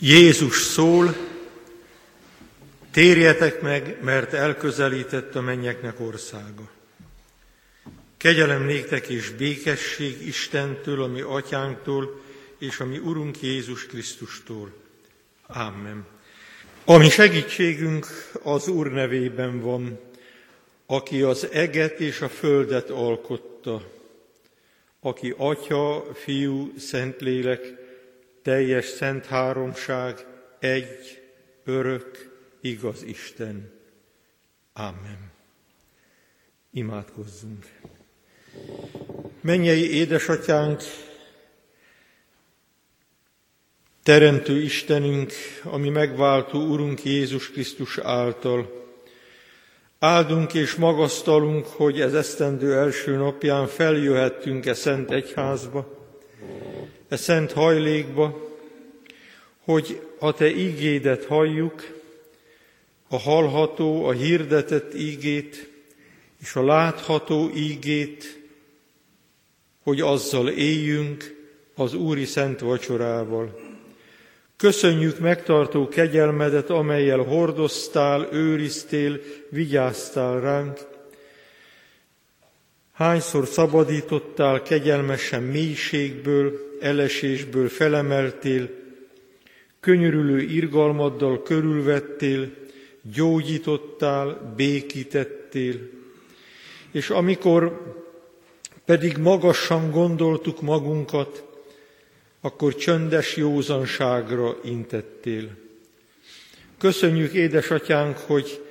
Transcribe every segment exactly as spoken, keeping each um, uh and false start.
Jézus szól, térjetek meg, mert elközelített a mennyeknek országa. Kegyelem néktek és békesség Istentől, a mi atyánktól, és a mi Urunk Jézus Krisztustól. Amen. A mi segítségünk az Úr nevében van, aki az eget és a földet alkotta, aki Atya, Fiú, Szentlélek, teljes szent háromság, egy, örök, igaz Isten. Amen. Imádkozzunk. Mennyei édesatyánk, teremtő Istenünk, ami megváltó Urunk Jézus Krisztus által, áldunk és magasztalunk, hogy ez esztendő első napján feljöhettünk e szent egyházba, e szent hajlékba, hogy a Te ígédet halljuk, a hallható, a hirdetett ígét, és a látható ígét, hogy azzal éljünk az Úri Szent Vacsorával. Köszönjük megtartó kegyelmedet, amellyel hordoztál, őriztél, vigyáztál ránk. Hányszor szabadítottál kegyelmesen mélységből, elesésből felemeltél, könyörülő irgalmaddal körülvettél, gyógyítottál, békítettél. És amikor pedig magasan gondoltuk magunkat, akkor csöndes józanságra intettél. Köszönjük, édesatyánk, hogy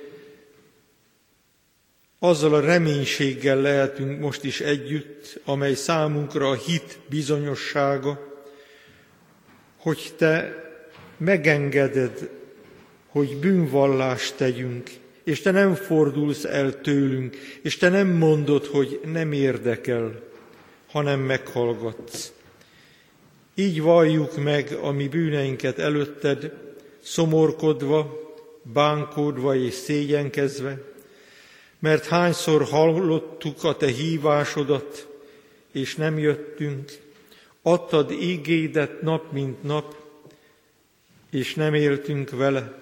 azzal a reménységgel lehetünk most is együtt, amely számunkra a hit bizonyossága, hogy Te megengeded, hogy bűnvallást tegyünk, és Te nem fordulsz el tőlünk, és Te nem mondod, hogy nem érdekel, hanem meghallgatsz. Így valljuk meg a mi bűneinket előtted, szomorkodva, bánkódva és szégyenkezve, mert hányszor hallottuk a Te hívásodat, és nem jöttünk, adtad ígédet nap mint nap, és nem éltünk vele.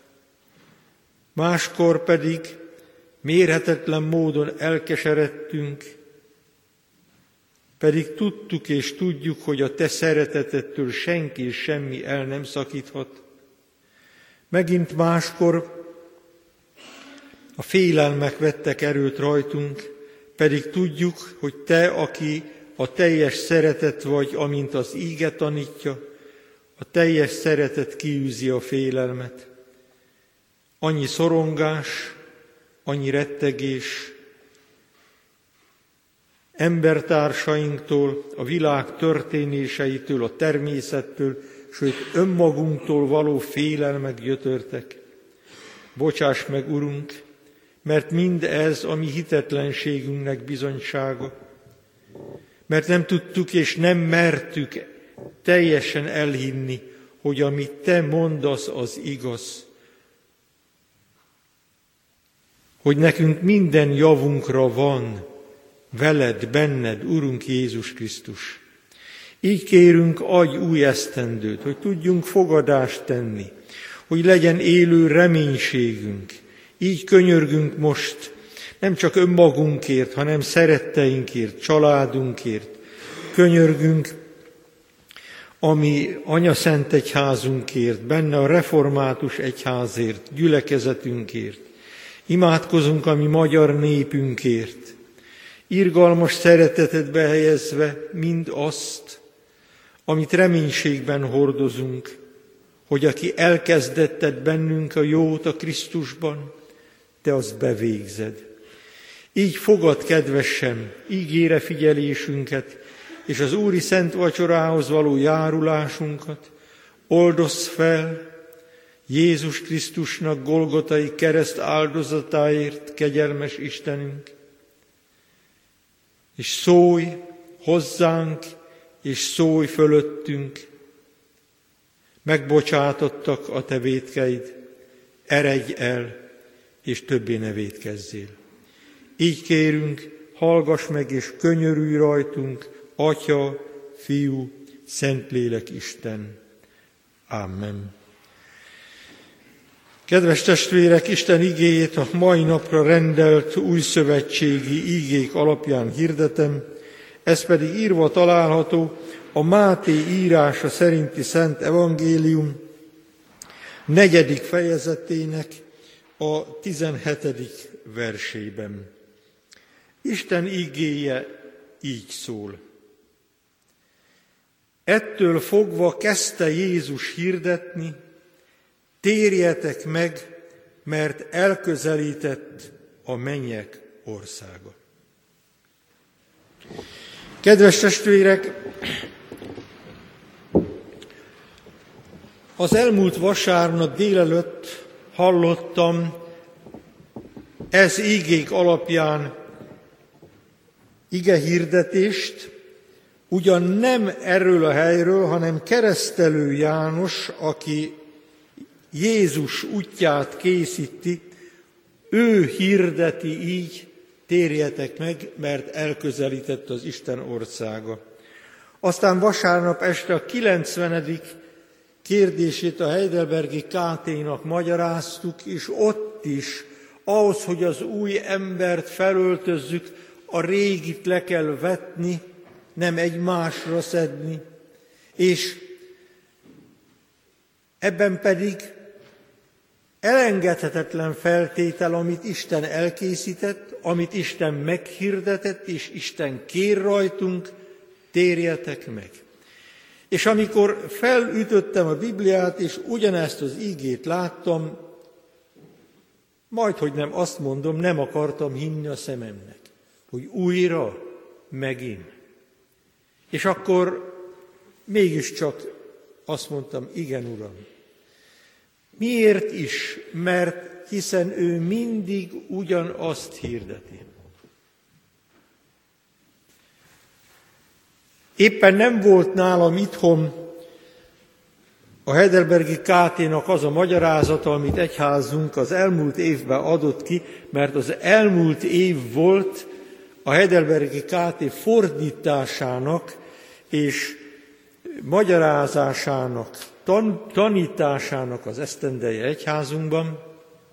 Máskor pedig mérhetetlen módon elkeseredtünk, pedig tudtuk és tudjuk, hogy a Te szeretetettől senki és semmi el nem szakíthat. Megint máskor a félelmek vettek erőt rajtunk, pedig tudjuk, hogy Te, aki a teljes szeretet vagy, amint az íge tanítja, a teljes szeretet kiűzi a félelmet. Annyi szorongás, annyi rettegés, embertársainktól, a világ történéseitől, a természettől, sőt önmagunktól való félelmek gyötörtek. Bocsáss meg, Urunk, mert mind ez a mi hitetlenségünknek bizonysága, mert nem tudtuk és nem mertük teljesen elhinni, hogy amit Te mondasz, az igaz. Hogy nekünk minden javunkra van, veled, benned, Urunk Jézus Krisztus. Így kérünk, adj új esztendőt, hogy tudjunk fogadást tenni, hogy legyen élő reménységünk. Így könyörgünk most, nem csak önmagunkért, hanem szeretteinkért, családunkért. Könyörgünk a mi anyaszent egyházunkért, benne a református egyházért, gyülekezetünkért. Imádkozunk a mi magyar népünkért, irgalmas szeretetedbe helyezve mind azt, amit reménységben hordozunk, hogy aki elkezdetted bennünk a jót a Krisztusban, Te azt bevégzed. Így fogad kedvesen ígére figyelésünket, és az Úri Szent Vacsorához való járulásunkat oldozz fel Jézus Krisztusnak golgotai kereszt áldozatáért, kegyelmes Istenünk, és szólj hozzánk, és szólj fölöttünk, megbocsátottak a Te vétkeid, eredj el, és többé ne vétkezzél. Így kérünk, hallgass meg, és könyörülj rajtunk, Atya, Fiú, Szentlélek Isten. Amen. Kedves testvérek, Isten igéjét a mai napra rendelt újszövetségi igék alapján hirdetem, ez pedig írva található a Máté írása szerinti Szent Evangélium negyedik fejezetének a tizenhetedik versében. Isten igéje így szól. Ettől fogva kezdte Jézus hirdetni, térjetek meg, mert elközelített a mennyek országa. Kedves testvérek, az elmúlt vasárnap délelőtt hallottam ez igék alapján igehirdetést, ugyan nem erről a helyről, hanem Keresztelő János, aki Jézus útját készíti, ő hirdeti így, térjetek meg, mert elközelített az Isten országa. Aztán vasárnap este a kilencvenedik kérdését a Heidelbergi ká té-nak magyaráztuk, és ott is, ahhoz, hogy az új embert felöltözzük, a régit le kell vetni, nem egymásra szedni, és ebben pedig elengedhetetlen feltétel, amit Isten elkészített, amit Isten meghirdetett, és Isten kér rajtunk, térjetek meg. És amikor felütöttem a Bibliát, és ugyanezt az ígét láttam, majdhogy nem azt mondom, nem akartam hinni a szememnek, hogy újra, megint. És akkor mégiscsak azt mondtam, igen, Uram. Miért is? Mert hiszen ő mindig ugyanazt hirdeti. Éppen nem volt nálam itthon a Heidelbergi ká té-nak az a magyarázata, amit egyházunk az elmúlt évben adott ki, mert az elmúlt év volt a Heidelbergi ká té fordításának és magyarázásának, tan- tanításának az esztendeje egyházunkban,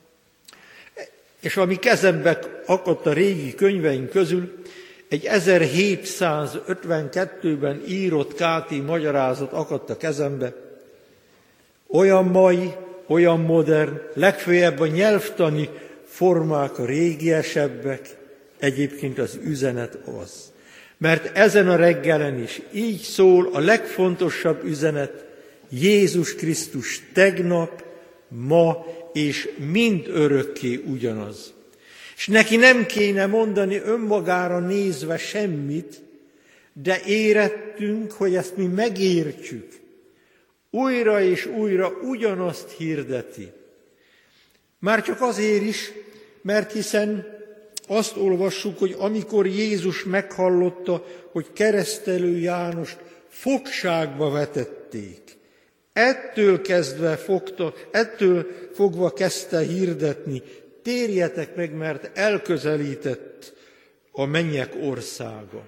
és ami kezembe akadt a régi könyveink közül, egy ezerhétszázötvenkettőben írott ká té magyarázat akadt a kezembe, olyan mai, olyan modern, legfőjebb a nyelvtani formák a régiesebbek, egyébként az üzenet az. Mert ezen a reggelen is így szól a legfontosabb üzenet, Jézus Krisztus tegnap, ma és mind örökké ugyanaz. És neki nem kéne mondani önmagára nézve semmit, de érettünk, hogy ezt mi megértsük. Újra és újra ugyanazt hirdeti. Már csak azért is, mert hiszen azt olvassuk, hogy amikor Jézus meghallotta, hogy Keresztelő Jánost fogságba vetették, ettől kezdve fogta, ettől fogva kezdte hirdetni, térjetek meg, mert elközelített a mennyek országa.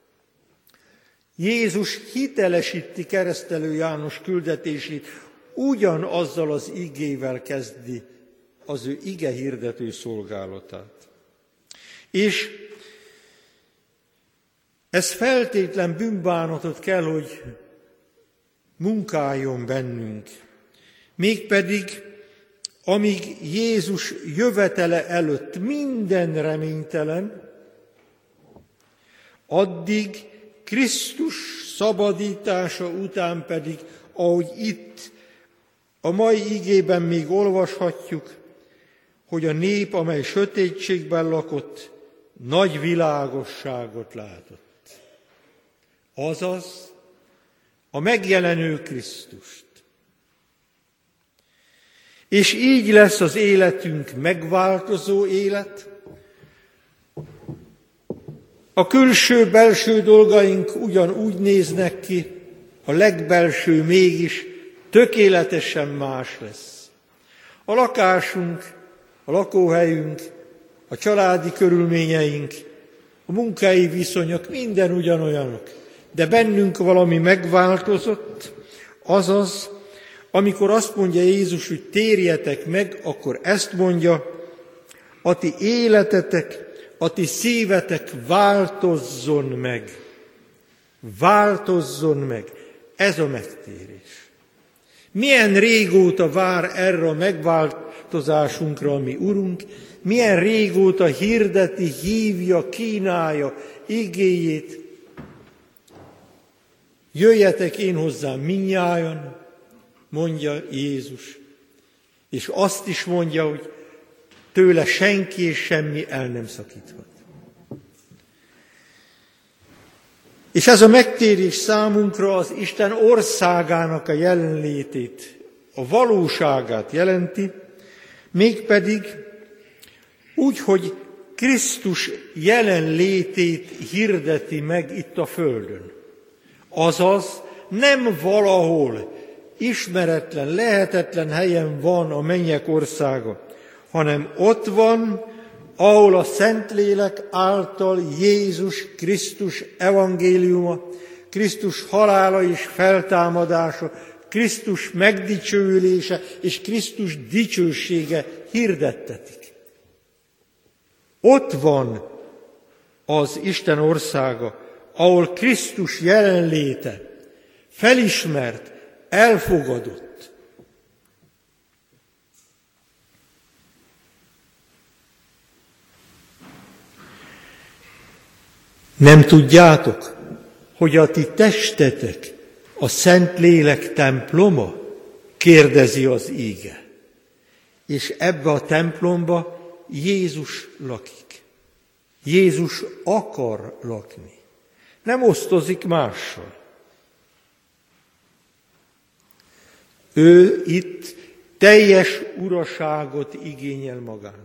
Jézus hitelesíti Keresztelő János küldetését, ugyanazzal az igével kezdi az ő ige hirdető szolgálatát. És ez feltétlen bűnbánatot kell, hogy munkáljon bennünk. Mégpedig, amíg Jézus jövetele előtt minden reménytelen, addig Krisztus szabadítása után pedig, ahogy itt a mai igében még olvashatjuk, hogy a nép, amely sötétségben lakott, nagy világosságot látott. Azaz a megjelenő Krisztust. És így lesz az életünk megváltozó élet. A külső-belső dolgaink ugyanúgy néznek ki, a legbelső mégis tökéletesen más lesz. A lakásunk, a lakóhelyünk, a családi körülményeink, a munkai viszonyok minden ugyanolyanok, de bennünk valami megváltozott, azaz Amikor azt mondja Jézus, hogy térjetek meg, akkor ezt mondja, a ti életetek, a ti szívetek változzon meg. Változzon meg. Ez a megtérés. Milyen régóta vár erre a megváltozásunkra a mi Urunk, milyen régóta hirdeti, hívja, kínálja igéjét. Jöjjetek én hozzám mindnyájan, mondja Jézus, és azt is mondja, hogy tőle senki és semmi el nem szakíthat. És ez a megtérés számunkra az Isten országának a jelenlétét, a valóságát jelenti, mégpedig úgy, hogy Krisztus jelenlétét hirdeti meg itt a földön. Azaz nem valahol ismeretlen, lehetetlen helyen van a mennyek országa, hanem ott van, ahol a Szentlélek által Jézus Krisztus evangéliuma, Krisztus halála és feltámadása, Krisztus megdicsőülése és Krisztus dicsősége hirdettetik. Ott van az Isten országa, ahol Krisztus jelenléte felismert, elfogadott. Nem tudjátok, hogy a ti testetek a Szentlélek temploma? Kérdezi az íge. És ebbe a templomba Jézus lakik. Jézus akar lakni. Nem osztozik mással. Ő itt teljes uraságot igényel magának.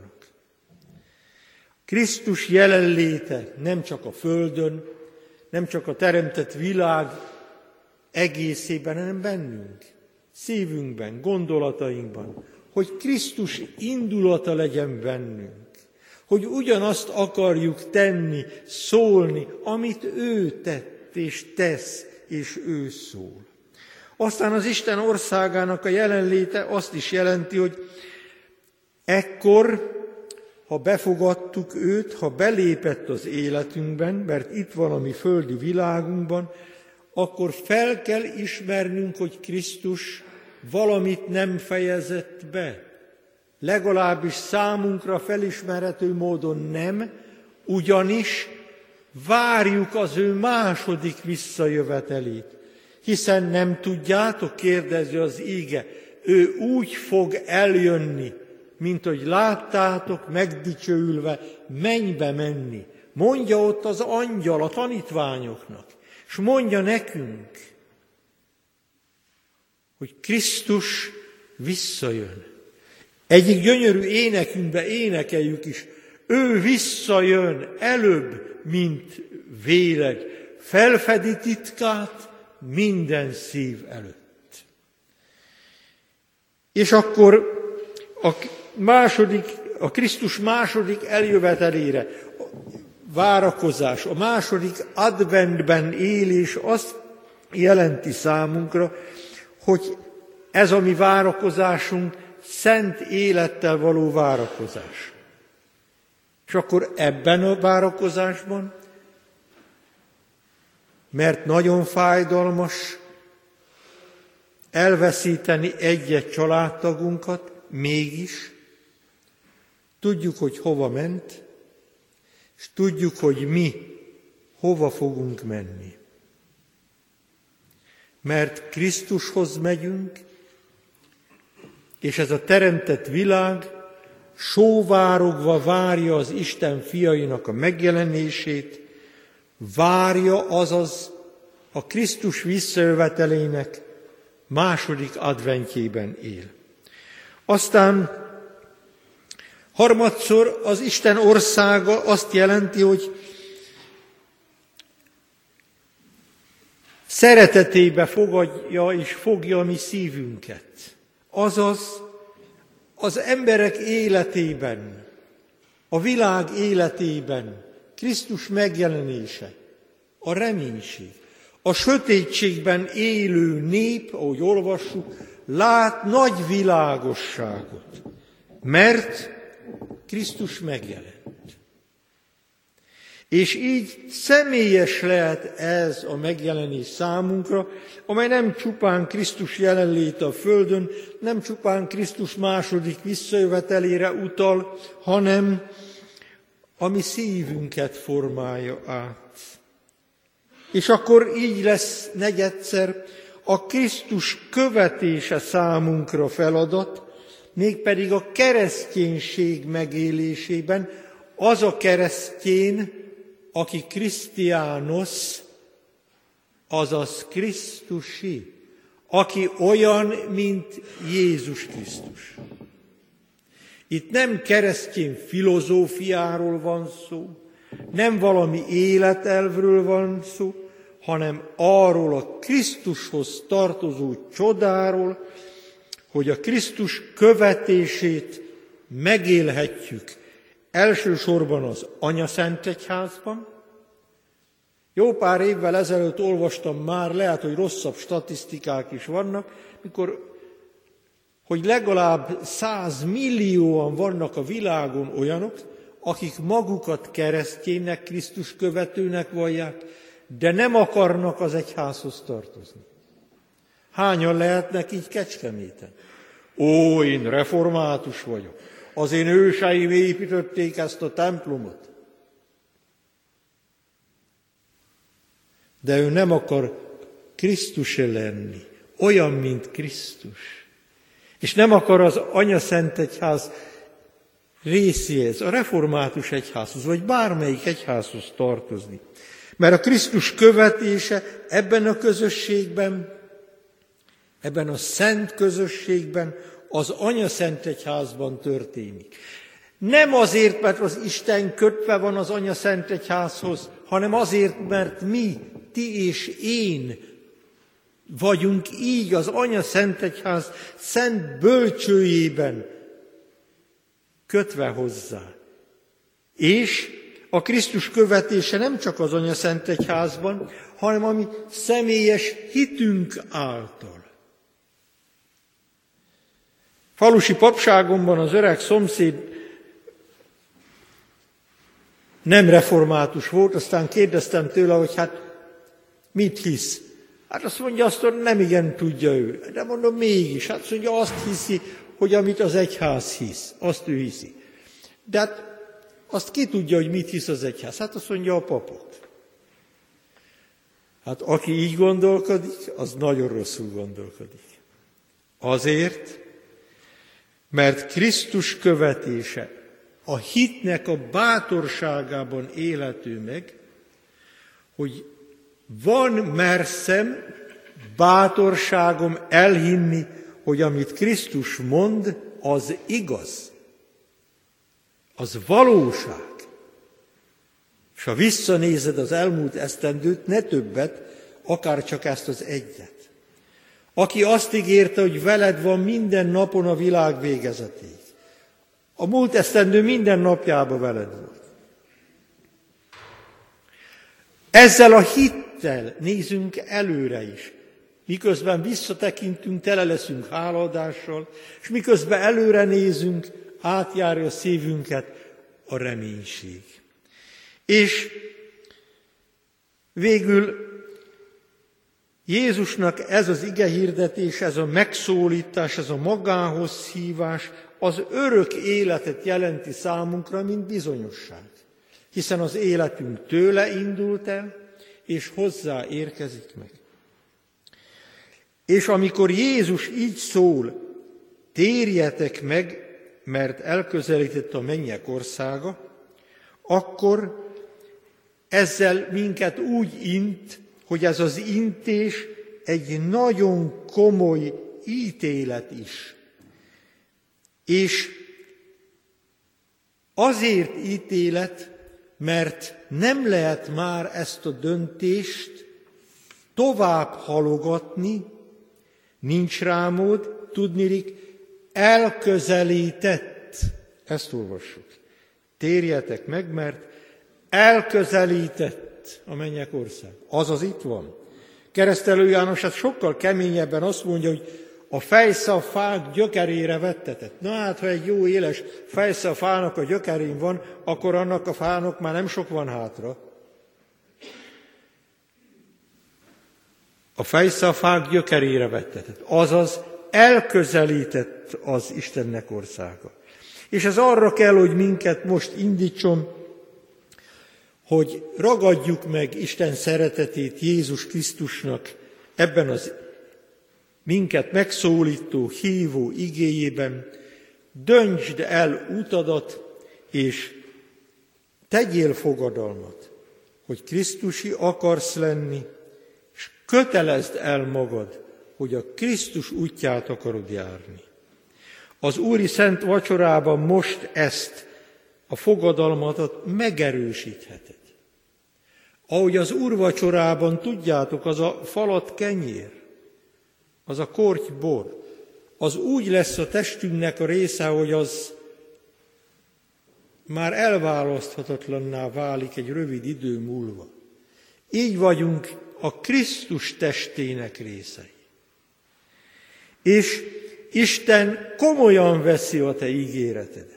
Krisztus jelenléte nem csak a földön, nem csak a teremtett világ egészében, hanem bennünk, szívünkben, gondolatainkban, hogy Krisztus indulata legyen bennünk, hogy ugyanazt akarjuk tenni, szólni, amit ő tett és tesz, és ő szól. Aztán az Isten országának a jelenléte azt is jelenti, hogy ekkor, ha befogadtuk őt, ha belépett az életünkben, mert itt van a mi földi világunkban, akkor fel kell ismernünk, hogy Krisztus valamit nem fejezett be. Legalábbis számunkra felismerhető módon nem, ugyanis várjuk az ő második visszajövetelét. Hiszen nem tudjátok, kérdezi az íge, ő úgy fog eljönni, mint hogy láttátok megdicsőülve mennybe menni. Mondja ott az angyal a tanítványoknak, és mondja nekünk, hogy Krisztus visszajön. Egyik gyönyörű énekünkbe énekeljük is, ő visszajön előbb, mint véleg, felfedi titkát minden szív előtt. És akkor a második, a Krisztus második eljövetelére várakozás, a második adventben élés azt jelenti számunkra, hogy ez a mi várakozásunk szent élettel való várakozás. És akkor ebben a várakozásban, mert nagyon fájdalmas elveszíteni egy-egy családtagunkat, mégis tudjuk, hogy hova ment, és tudjuk, hogy mi hova fogunk menni. Mert Krisztushoz megyünk, és ez a teremtett világ sóvárogva várja az Isten fiainak a megjelenését, várja, azaz a Krisztus visszajövetelének második adventjében él. Aztán harmadszor az Isten országa azt jelenti, hogy szeretetébe fogadja és fogja a mi szívünket. Azaz az emberek életében, a világ életében Krisztus megjelenése, a reménység, a sötétségben élő nép, ahogy olvassuk, lát nagy világosságot, mert Krisztus megjelent. És így személyes lehet ez a megjelenés számunkra, amely nem csupán Krisztus jelenléte a földön, nem csupán Krisztus második visszajövetelére utal, hanem a mi szívünket formálja át. És akkor így lesz negyedszer a Krisztus követése számunkra feladat, mégpedig a kereszténység megélésében, az a keresztény, aki Krisztiánosz, azaz Krisztusi, aki olyan, mint Jézus Krisztus. Itt nem keresztény filozófiáról van szó, nem valami életelvről van szó, hanem arról a Krisztushoz tartozó csodáról, hogy a Krisztus követését megélhetjük elsősorban az Anyaszentegyházban. Jó pár évvel ezelőtt olvastam már, lehet, hogy rosszabb statisztikák is vannak, mikor, hogy legalább száz millióan vannak a világon olyanok, akik magukat kereszténynek, Krisztus követőnek vallják, de nem akarnak az egyházhoz tartozni. Hányan lehetnek így Kecskeméten? Ó, én református vagyok. Az én őseim építették ezt a templomot. De ő nem akar Krisztus lenni, olyan, mint Krisztus. És nem akar az Anyaszentegyház részéhez, a református egyházhoz, vagy bármelyik egyházhoz tartozni. Mert a Krisztus követése ebben a közösségben, ebben a szent közösségben, az Anyaszentegyházban történik. Nem azért, mert az Isten kötve van az Anyaszentegyházhoz, hanem azért, mert mi, ti és én vagyunk így az Anyaszentegyház szent bölcsőjében kötve hozzá. És a Krisztus követése nem csak az Anyaszentegyházban, hanem a mi személyes hitünk által. Falusi papságomban az öreg szomszéd nem református volt, aztán kérdeztem tőle, hogy hát mit hisz. Hát azt mondja, azt nem igen tudja ő. De mondom, mégis, hát azt mondja, azt hiszi, hogy amit az egyház hisz, azt ő hiszi. De hát azt ki tudja, hogy mit hisz az egyház? Hát azt mondja, a papok. Hát aki így gondolkodik, az nagyon rosszul gondolkodik. Azért, mert Krisztus követése a hitnek a bátorságában élhető meg, hogy van merszem, bátorságom elhinni, hogy amit Krisztus mond, az igaz. Az valóság. És ha visszanézed az elmúlt esztendőt, ne többet, akár csak ezt az egyet. Aki azt ígérte, hogy veled van minden napon a világ végezetéig. A múlt esztendő minden napjában veled volt. Ezzel a hittel nézünk előre is. Miközben visszatekintünk, tele leszünk hálaadással, és miközben előre nézünk, átjárja a szívünket a reménység. És végül Jézusnak ez az igehirdetés, ez a megszólítás, ez a magához hívás az örök életet jelenti számunkra, mint bizonyosság. Hiszen az életünk tőle indult el, és hozzá érkezik meg. És amikor Jézus így szól, térjetek meg, mert elközelített a mennyek országa, akkor ezzel minket úgy int, hogy ez az intés egy nagyon komoly ítélet is. És azért ítélet, mert nem lehet már ezt a döntést tovább halogatni, nincs rá mód, tudniillik, elközelített. Ezt olvassuk. Térjetek meg, mert elközelített a mennyek ország. Azaz itt van. Keresztelő János hát sokkal keményebben azt mondja, hogy a fejszafák gyökerére vettetett. Na hát, ha egy jó éles fejszafának a gyökerén van, akkor annak a fának már nem sok van hátra. A fejszafák gyökerére vettetett, azaz elközelített az Istennek országa. És ez arra kell, hogy minket most indítson, hogy ragadjuk meg Isten szeretetét Jézus Krisztusnak ebben az minket megszólító, hívó igéjében, döntsd el utadat, és tegyél fogadalmat, hogy Krisztusi akarsz lenni, és kötelezd el magad, hogy a Krisztus útját akarod járni. Az Úri Szent Vacsorában most ezt a fogadalmatot megerősítheted. Ahogy az úrvacsorában, tudjátok, az a falat kenyér, az a korty bor, az úgy lesz a testünknek a része, hogy az már elválaszthatatlanná válik egy rövid idő múlva. Így vagyunk a Krisztus testének részei. És Isten komolyan veszi a te ígéretedet.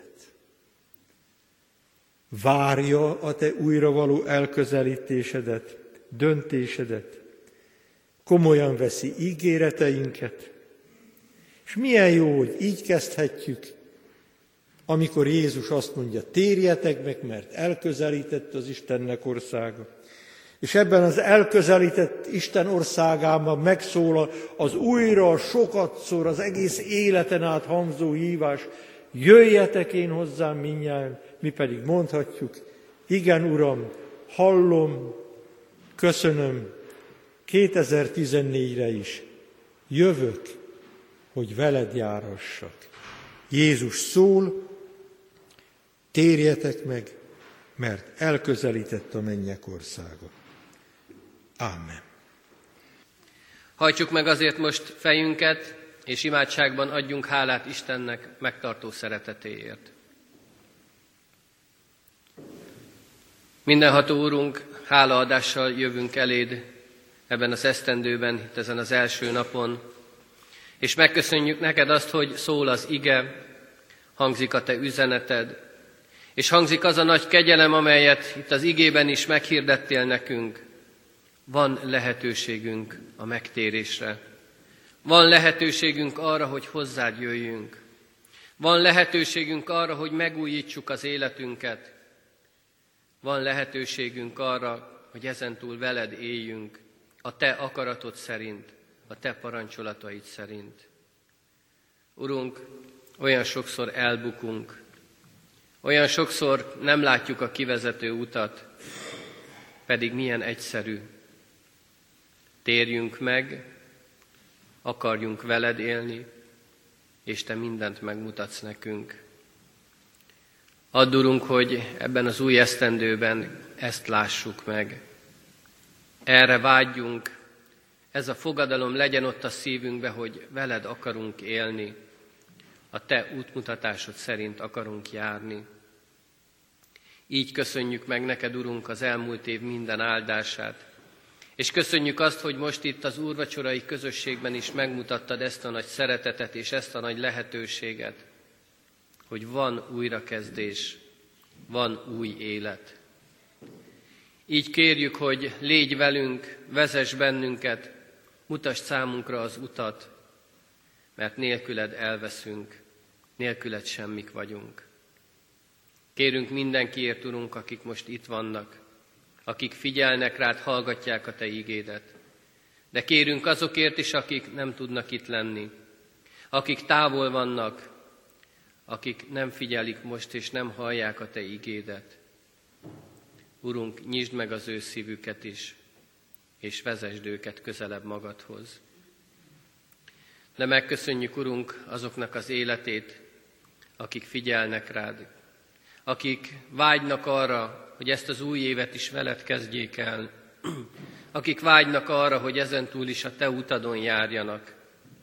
Várja a te újra való elközelítésedet, döntésedet. Komolyan veszi ígéreteinket. És milyen jó, hogy így kezdhetjük, amikor Jézus azt mondja, térjetek meg, mert elközelített az Istennek országa. És ebben az elközelített Isten országában megszólal az újra sokatszor az egész életen át hangzó hívás, jöjjetek én hozzám mindnyájan, mi pedig mondhatjuk, igen, Uram, hallom, köszönöm, kétezer-tizennégyre is jövök, hogy veled járhassak. Jézus szól, térjetek meg, mert elközelített a mennyek országa. Ámen. Hajtsuk meg azért most fejünket, és imádságban adjunk hálát Istennek megtartó szeretetéért. Mindenható Úrunk, hálaadással jövünk eléd ebben az esztendőben, itt ezen az első napon, és megköszönjük neked azt, hogy szól az ige, hangzik a te üzeneted, és hangzik az a nagy kegyelem, amelyet itt az igében is meghirdettél nekünk. Van lehetőségünk a megtérésre. Van lehetőségünk arra, hogy hozzád jöjjünk. Van lehetőségünk arra, hogy megújítsuk az életünket. Van lehetőségünk arra, hogy ezentúl veled éljünk, a te akaratod szerint, a te parancsolataid szerint. Urunk, olyan sokszor elbukunk, olyan sokszor nem látjuk a kivezető utat, pedig milyen egyszerű. Térjünk meg, akarjunk veled élni, és te mindent megmutatsz nekünk. Add, Urunk, hogy ebben az új esztendőben ezt lássuk meg. Erre vágyjunk, ez a fogadalom legyen ott a szívünkbe, hogy veled akarunk élni, a te útmutatásod szerint akarunk járni. Így köszönjük meg neked, Urunk, az elmúlt év minden áldását, és köszönjük azt, hogy most itt az úrvacsorai közösségben is megmutattad ezt a nagy szeretetet és ezt a nagy lehetőséget, hogy van újrakezdés, van új élet. Így kérjük, hogy légy velünk, vezess bennünket, mutasd számunkra az utat, mert nélküled elveszünk, nélküled semmik vagyunk. Kérünk mindenkiért, Urunk, akik most itt vannak, akik figyelnek rád, hallgatják a te ígédet. De kérünk azokért is, akik nem tudnak itt lenni, akik távol vannak, akik nem figyelik most és nem hallják a te ígédet. Urunk, nyisd meg az ő szívüket is, és vezesd őket közelebb magadhoz. De megköszönjük, Urunk, azoknak az életét, akik figyelnek rád, akik vágynak arra, hogy ezt az új évet is veled kezdjék el, akik vágynak arra, hogy ezentúl is a te utadon járjanak.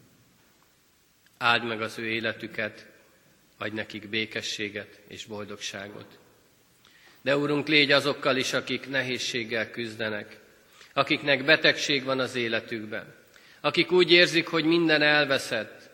Áld meg az ő életüket, adj nekik békességet és boldogságot. De Urunk, légy azokkal is, akik nehézséggel küzdenek, akiknek betegség van az életükben, akik úgy érzik, hogy minden elveszett,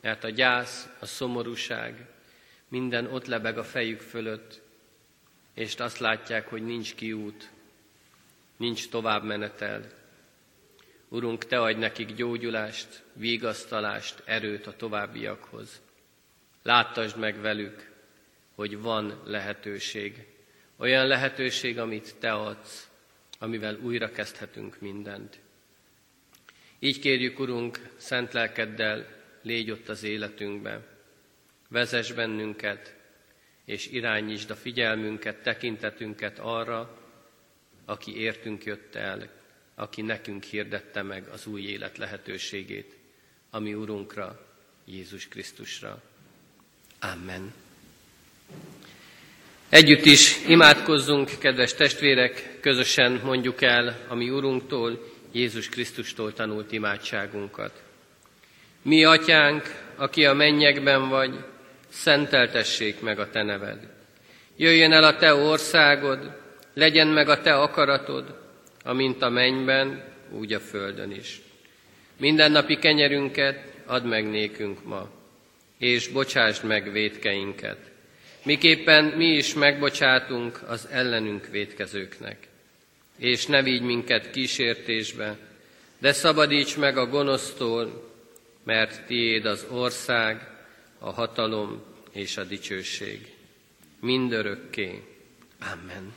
mert a gyász, a szomorúság, minden ott lebeg a fejük fölött, és azt látják, hogy nincs kiút, nincs továbbmenetel. Urunk, Te adj nekik gyógyulást, vigasztalást, erőt a továbbiakhoz. Láttasd meg velük, hogy van lehetőség. Olyan lehetőség, amit Te adsz, amivel újra kezdhetünk mindent. Így kérjük, Urunk, szent lelkeddel légy ott az életünkbe. Vezess bennünket, és irányítsd a figyelmünket, tekintetünket arra, aki értünk jött el, aki nekünk hirdette meg az új élet lehetőségét, ami Urunkra, Jézus Krisztusra. Amen. Együtt is imádkozzunk, kedves testvérek, közösen mondjuk el a mi Urunktól, Jézus Krisztustól tanult imádságunkat. Mi atyánk, aki a mennyekben vagy, szenteltessék meg a Te neved. Jöjjön el a Te országod, legyen meg a Te akaratod, amint a mennyben, úgy a földön is. Mindennapi kenyerünket add meg nékünk ma, és bocsásd meg vétkeinket, miképpen mi is megbocsátunk az ellenünk vétkezőknek. És ne vigy minket kísértésbe, de szabadíts meg a gonosztól, mert Tiéd az ország, a hatalom és a dicsőség. Mindörökké. Amen.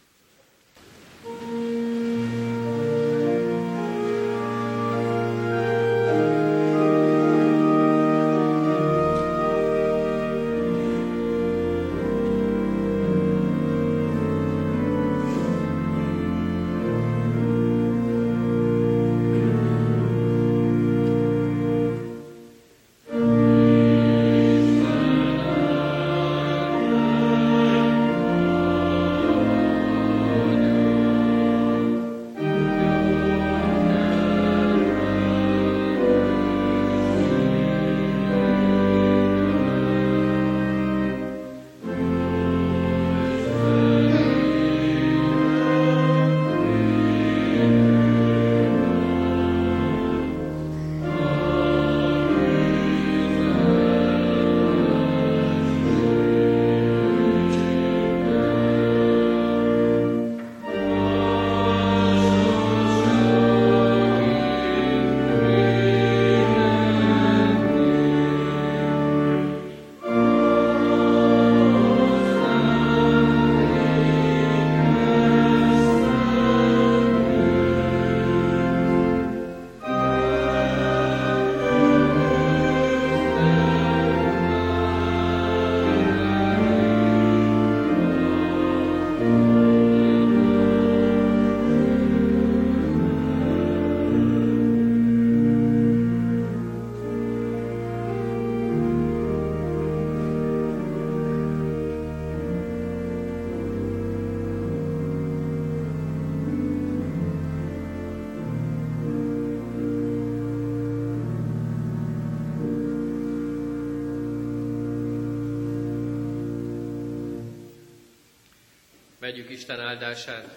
Vegyük Isten áldását.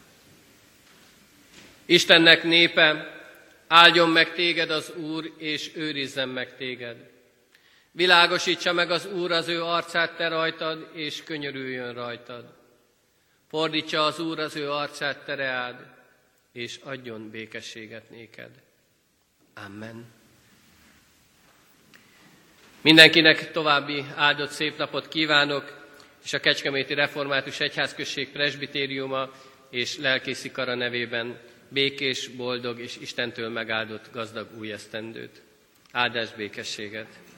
Istennek népe, áldjon meg téged az Úr, és őrizzen meg téged. Világosítsa meg az Úr az ő arcát te rajtad, és könyörüljön rajtad. Fordítsa az Úr az ő arcát te reád, és adjon békességet néked. Amen. Mindenkinek további áldott szép napot kívánok, és a Kecskeméti Református Egyházközség presbitériuma és lelkészi kara nevében békés, boldog és Istentől megáldott gazdag új esztendőt. Áldás, békességet!